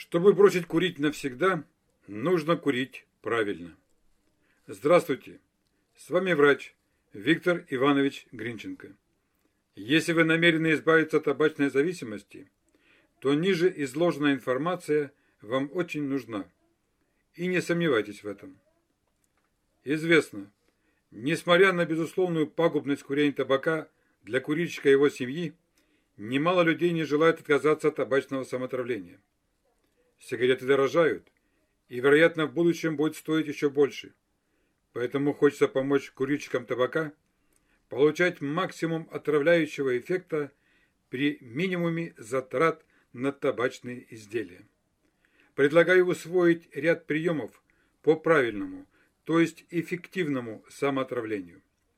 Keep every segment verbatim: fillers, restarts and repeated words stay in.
Чтобы бросить курить навсегда, нужно курить правильно. Здравствуйте, с вами врач Виктор Иванович Гринченко. Если вы намерены избавиться от табачной зависимости, то ниже изложенная информация вам очень нужна. И не сомневайтесь в этом. Известно, несмотря на безусловную пагубность курения табака для курильщика и его семьи, немало людей не желают отказаться от табачного самоотравления. Сигареты дорожают, и, вероятно, в будущем будет стоить еще больше. Поэтому хочется помочь курильщикам табака получать максимум отравляющего эффекта при минимуме затрат на табачные изделия. Предлагаю усвоить ряд приемов по правильному, то есть эффективному самоотравлению.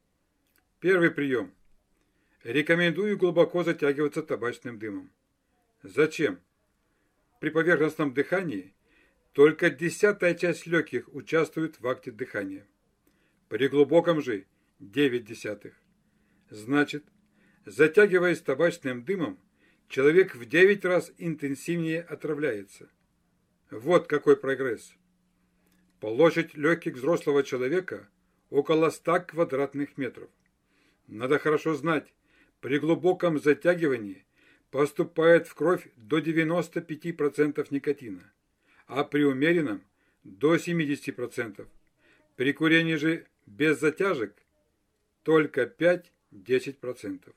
Первый прием. Рекомендую глубоко затягиваться табачным дымом. Зачем? При поверхностном дыхании только десятая часть легких участвует в акте дыхания. При глубоком же девять десятых. Значит, затягиваясь табачным дымом, человек в девять раз интенсивнее отравляется. Вот какой прогресс. Площадь легких взрослого человека около ста квадратных метров. Надо хорошо знать, при глубоком затягивании поступает в кровь до девяноста пяти процентов никотина, а при умеренном до семидесяти процентов. При курении же без затяжек только пять-десять процентов.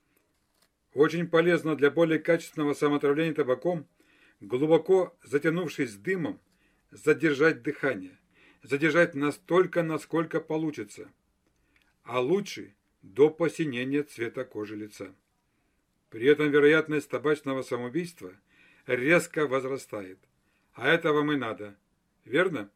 Очень полезно для более качественного самоотравления табаком, глубоко затянувшись дымом, задержать дыхание, задержать настолько, насколько получится, а лучше до посинения цвета кожи лица. При этом вероятность табачного самоубийства резко возрастает. А это вам и надо. Верно?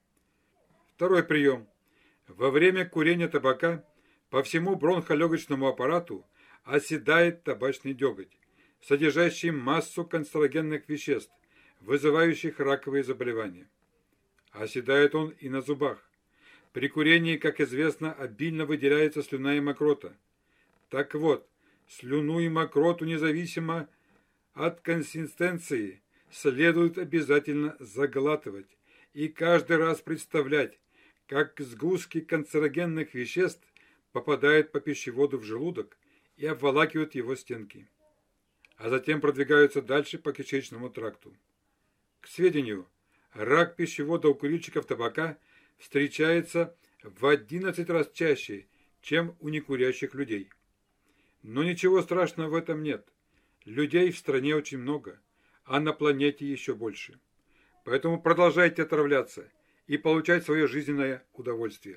Второй прием. Во время курения табака по всему бронхолегочному аппарату оседает табачный деготь, содержащий массу канцерогенных веществ, вызывающих раковые заболевания. Оседает он и на зубах. При курении, как известно, обильно выделяется слюна и мокрота. Так вот, слюну и мокроту независимо от консистенции следует обязательно заглатывать и каждый раз представлять, как сгустки канцерогенных веществ попадают по пищеводу в желудок и обволакивают его стенки, а затем продвигаются дальше по кишечному тракту. К сведению, рак пищевода у курильщиков табака встречается в одиннадцать раз чаще, чем у некурящих людей. Но ничего страшного в этом нет. Людей в стране очень много, а на планете еще больше. Поэтому продолжайте отравляться и получать свое жизненное удовольствие.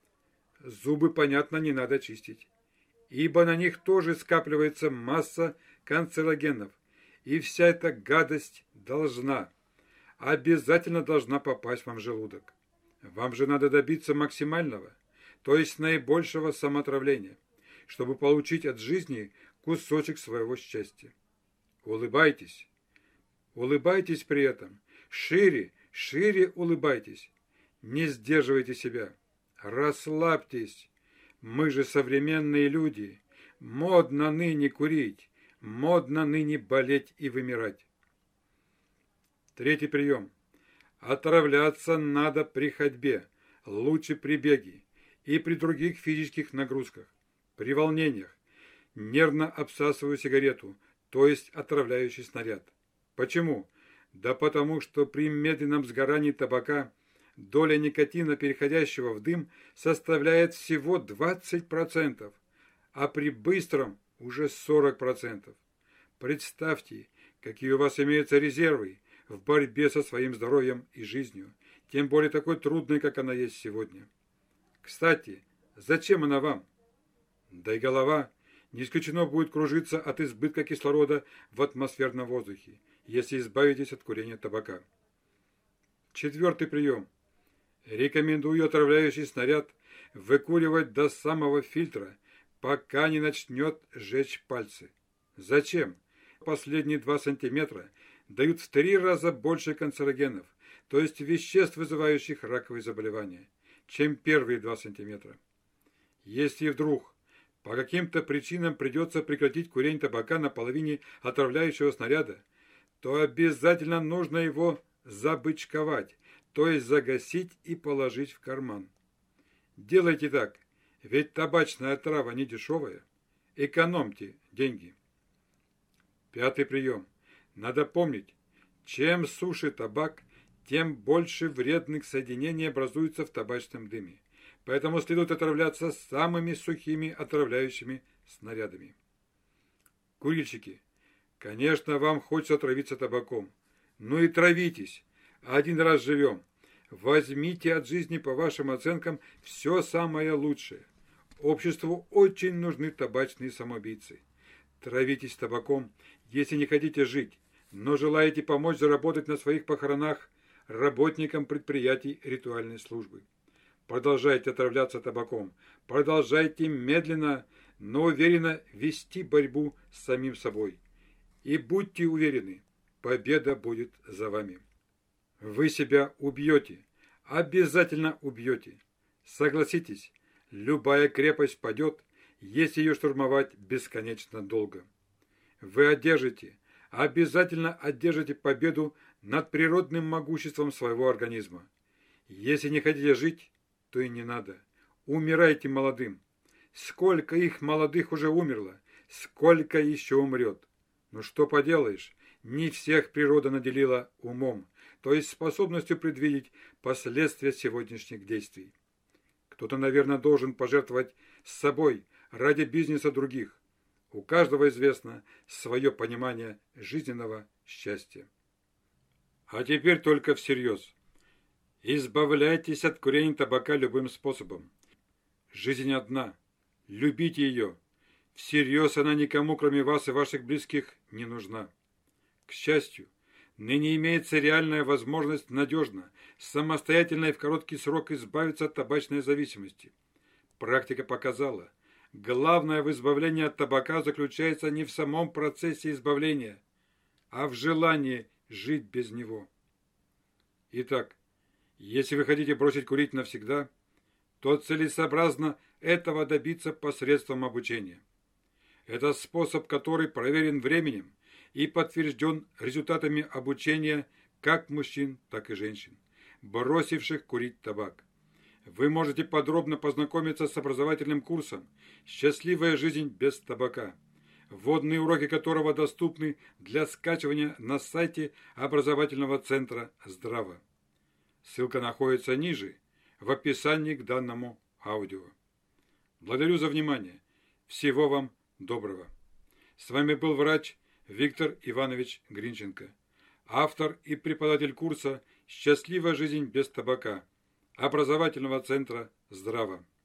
Зубы, понятно, не надо чистить, ибо на них тоже скапливается масса канцерогенов, и вся эта гадость должна, обязательно должна попасть вам в желудок. Вам же надо добиться максимального, то есть наибольшего самоотравления, чтобы получить от жизни кусочек своего счастья. Улыбайтесь. Улыбайтесь при этом. Шире, шире улыбайтесь. Не сдерживайте себя. Расслабьтесь. Мы же современные люди. Модно ныне курить. Модно ныне болеть и вымирать. Третий прием. Отравляться надо при ходьбе, лучше при беге и при других физических нагрузках. При волнениях нервно обсасываю сигарету, то есть отравляющий снаряд. Почему? Да потому что при медленном сгорании табака доля никотина, переходящего в дым, составляет всего двадцать процентов, а при быстром уже сорок процентов. Представьте, какие у вас имеются резервы в борьбе со своим здоровьем и жизнью, тем более такой трудной, как она есть сегодня. Кстати, зачем она вам? Да и голова не исключено будет кружиться от избытка кислорода в атмосферном воздухе, если избавитесь от курения табака. Четвертый прием. Рекомендую отравляющий снаряд выкуривать до самого фильтра, пока не начнет жечь пальцы. Зачем? Последние два сантиметра дают в три раза больше канцерогенов, то есть веществ, вызывающих раковые заболевания, чем первые два сантиметра. Если вдруг по каким-то причинам придется прекратить курение табака на половине отравляющего снаряда, то обязательно нужно его забычковать, то есть загасить и положить в карман. Делайте так, ведь табачная трава не дешевая. Экономьте деньги. Пятый прием. Надо помнить, чем суше табак, тем больше вредных соединений образуется в табачном дыме. Поэтому следует отравляться самыми сухими отравляющими снарядами. Курильщики, конечно, вам хочется отравиться табаком. Ну и травитесь. Один раз живем. Возьмите от жизни, по вашим оценкам, все самое лучшее. Обществу очень нужны табачные самоубийцы. Травитесь табаком, если не хотите жить, но желаете помочь заработать на своих похоронах работникам предприятий ритуальной службы. Продолжайте отравляться табаком, продолжайте медленно, но уверенно вести борьбу с самим собой. И будьте уверены, победа будет за вами. Вы себя убьете, обязательно убьете. Согласитесь, любая крепость падет, если ее штурмовать бесконечно долго. Вы одержите, обязательно одержите победу над природным могуществом своего организма. Если не хотите жить, то и не надо. Умирайте молодым. Сколько их молодых уже умерло, сколько еще умрет. Но что поделаешь, не всех природа наделила умом, то есть способностью предвидеть последствия сегодняшних действий. Кто-то, наверное, должен пожертвовать собой ради бизнеса других. У каждого известно свое понимание жизненного счастья. А теперь только всерьез. Избавляйтесь от курения табака любым способом. Жизнь одна. Любите ее. Всерьез она никому, кроме вас и ваших близких, не нужна. К счастью, ныне имеется реальная возможность надежно, самостоятельно и в короткий срок избавиться от табачной зависимости. Практика показала, главное в избавлении от табака заключается не в самом процессе избавления, а в желании жить без него. Итак, если вы хотите бросить курить навсегда, то целесообразно этого добиться посредством обучения. Это способ, который проверен временем и подтвержден результатами обучения как мужчин, так и женщин, бросивших курить табак. Вы можете подробно познакомиться с образовательным курсом «Счастливая жизнь без табака», вводные уроки которого доступны для скачивания на сайте образовательного центра «Здраво». Ссылка находится ниже, в описании к данному аудио. Благодарю за внимание. Всего вам доброго. С вами был врач Виктор Иванович Гринченко, автор и преподаватель курса «Счастливая жизнь без табака» образовательного центра «Здраво».